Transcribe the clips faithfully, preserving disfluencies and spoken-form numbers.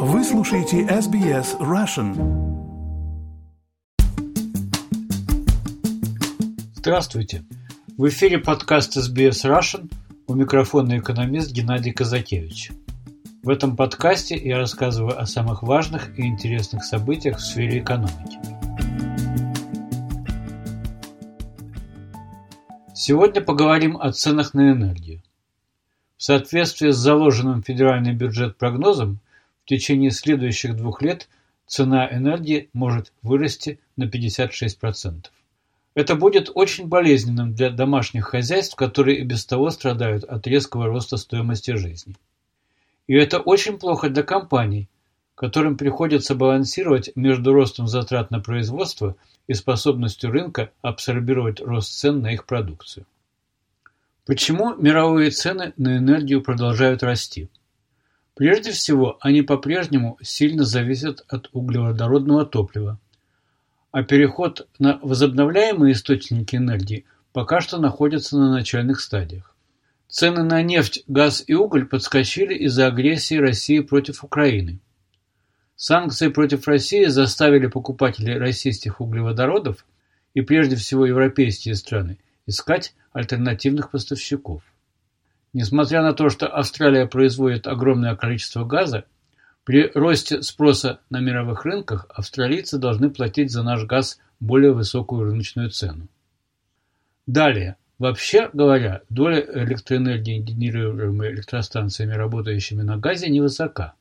Вы слушаете эс би эс Russian. Здравствуйте! В эфире подкаст эс би эс Russian, у микрофона экономист Геннадий Казакевич. В этом подкасте я рассказываю о самых важных и интересных событиях в сфере экономики. Сегодня поговорим о ценах на энергию. В соответствии с заложенным в федеральный бюджет прогнозом, в течение следующих двух лет цена энергии может вырасти на пятьдесят шесть процентов. Это будет очень болезненным для домашних хозяйств, которые и без того страдают от резкого роста стоимости жизни. И это очень плохо для компаний, которым приходится балансировать между ростом затрат на производство и способностью рынка абсорбировать рост цен на их продукцию. Почему мировые цены на энергию продолжают расти? Прежде всего, они по-прежнему сильно зависят от углеводородного топлива, а переход на возобновляемые источники энергии пока что находится на начальных стадиях. Цены на нефть, газ и уголь подскочили из-за агрессии России против Украины. Санкции против России заставили покупателей российских углеводородов и прежде всего европейские страны искать альтернативных поставщиков. Несмотря на то, что Австралия производит огромное количество газа, при росте спроса на мировых рынках австралийцы должны платить за наш газ более высокую рыночную цену. Далее, вообще говоря, доля электроэнергии, генерируемой электростанциями, работающими на газе, невысока.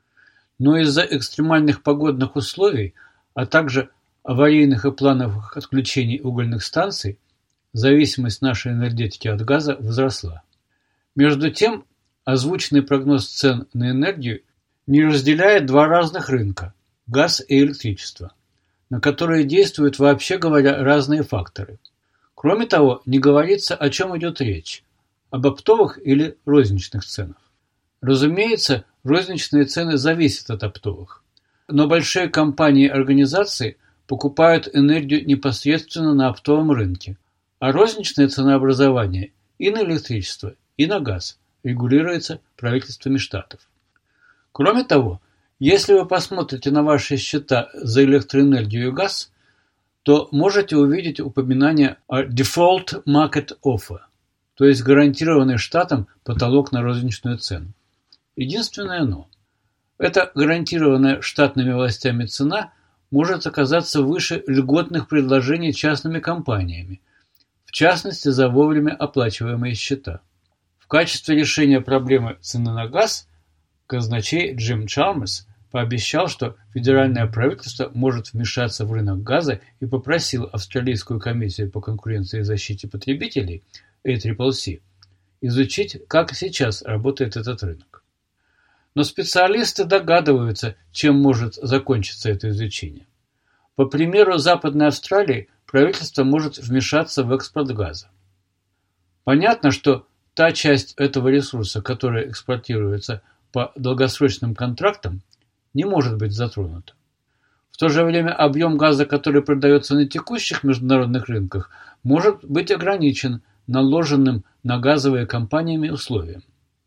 Но из-за экстремальных погодных условий, а также аварийных и плановых отключений угольных станций, зависимость нашей энергетики от газа возросла. Между тем, озвученный прогноз цен на энергию не разделяет два разных рынка – газ и электричество, на которые действуют, вообще говоря, разные факторы. Кроме того, не говорится, о чем идет речь – об оптовых или розничных ценах. Разумеется, розничные цены зависят от оптовых, но большие компании и организации покупают энергию непосредственно на оптовом рынке, а розничное ценообразование и на электричество, и на газ регулируется правительствами штатов. Кроме того, если вы посмотрите на ваши счета за электроэнергию и газ, то можете увидеть упоминание о Default Market Offer, то есть гарантированный штатом потолок на розничную цену. Единственное «но». Эта гарантированная штатными властями цена может оказаться выше льготных предложений частными компаниями, в частности за вовремя оплачиваемые счета. В качестве решения проблемы цены на газ казначей Джим Чалмерс пообещал, что федеральное правительство может вмешаться в рынок газа и попросил Австралийскую комиссию по конкуренции и защите потребителей эй си си си изучить, как сейчас работает этот рынок. Но специалисты догадываются, чем может закончиться это изучение. По примеру Западной Австралии, правительство может вмешаться в экспорт газа. Понятно, что та часть этого ресурса, которая экспортируется по долгосрочным контрактам, не может быть затронута. В то же время объем газа, который продается на текущих международных рынках, может быть ограничен наложенным на газовые компаниями условием.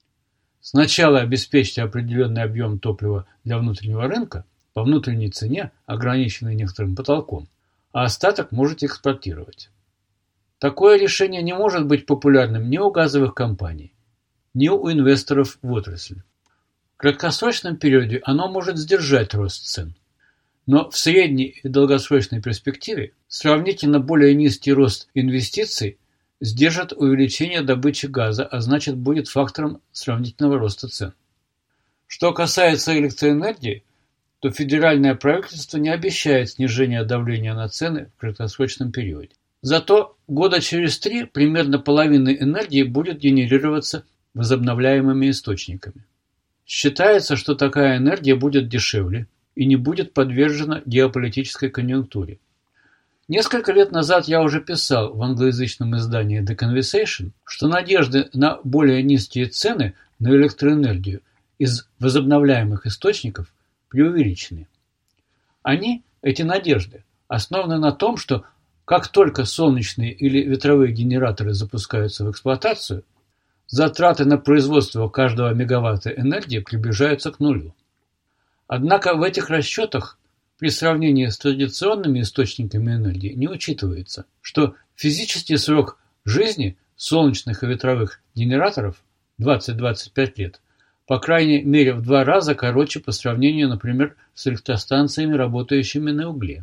Сначала обеспечьте определенный объем топлива для внутреннего рынка по внутренней цене, ограниченной некоторым потолком, а остаток можете экспортировать. Такое решение не может быть популярным ни у газовых компаний, ни у инвесторов в отрасль. В краткосрочном периоде оно может сдержать рост цен, но в средней и долгосрочной перспективе сравнительно более низкий рост инвестиций сдержит увеличение добычи газа, а значит будет фактором сравнительного роста цен. Что касается электроэнергии, то федеральное правительство не обещает снижения давления на цены в краткосрочном периоде. Зато года через три примерно половина энергии будет генерироваться возобновляемыми источниками. Считается, что такая энергия будет дешевле и не будет подвержена геополитической конъюнктуре. Несколько лет назад я уже писал в англоязычном издании The Conversation, что надежды на более низкие цены на электроэнергию из возобновляемых источников преувеличены. Они, эти надежды, основаны на том, что как только солнечные или ветровые генераторы запускаются в эксплуатацию, затраты на производство каждого мегаватта энергии приближаются к нулю. Однако в этих расчетах при сравнении с традиционными источниками энергии не учитывается, что физический срок жизни солнечных и ветровых генераторов двадцать-двадцать пять лет по крайней мере в два раза короче по сравнению, например, с электростанциями, работающими на угле.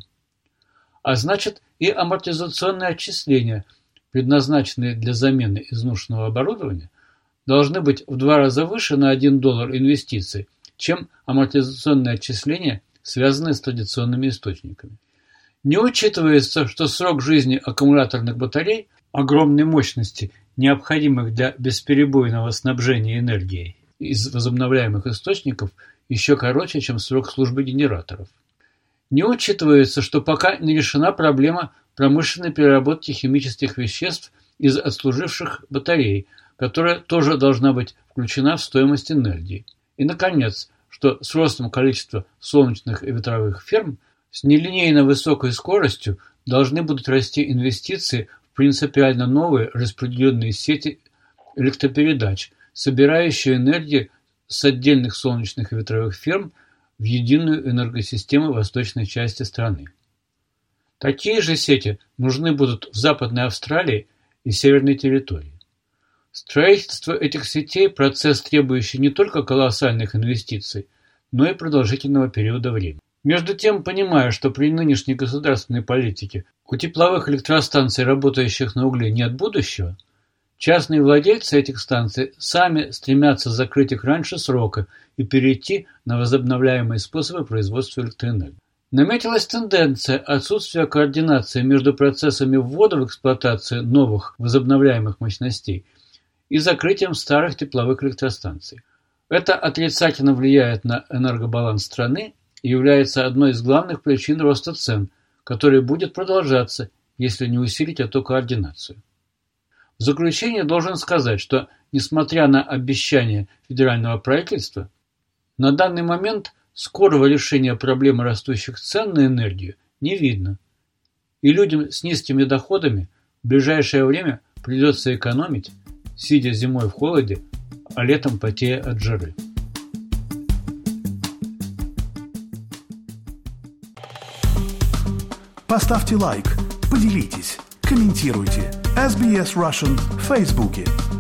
А значит, и амортизационные отчисления, предназначенные для замены изношенного оборудования, должны быть в два раза выше на один доллар инвестиций, чем амортизационные отчисления, связанные с традиционными источниками. Не учитывается, что срок жизни аккумуляторных батарей огромной мощности, необходимых для бесперебойного снабжения энергией из возобновляемых источников, еще короче, чем срок службы генераторов. Не учитывается, что пока не решена проблема промышленной переработки химических веществ из отслуживших батарей, которая тоже должна быть включена в стоимость энергии. И, наконец, что с ростом количества солнечных и ветровых ферм с нелинейно высокой скоростью должны будут расти инвестиции в принципиально новые распределенные сети электропередач, собирающие энергию с отдельных солнечных и ветровых ферм в единую энергосистему восточной части страны. Такие же сети нужны будут в Западной Австралии и Северной территории. Строительство этих сетей – процесс, требующий не только колоссальных инвестиций, но и продолжительного периода времени. Между тем, понимая, что при нынешней государственной политике у тепловых электростанций, работающих на угле, нет будущего, частные владельцы этих станций сами стремятся закрыть их раньше срока и перейти на возобновляемые способы производства электроэнергии. Наметилась тенденция отсутствия координации между процессами ввода в эксплуатацию новых возобновляемых мощностей и закрытием старых тепловых электростанций. Это отрицательно влияет на энергобаланс страны и является одной из главных причин роста цен, который будет продолжаться, если не усилить эту координацию. В заключение должен сказать, что, несмотря на обещания федерального правительства, на данный момент скорого решения проблемы растущих цен на энергию не видно, и людям с низкими доходами в ближайшее время придется экономить, сидя зимой в холоде, а летом потея от жары. Поставьте лайк, поделитесь, комментируйте. эс би эс Russian в Фейсбуке.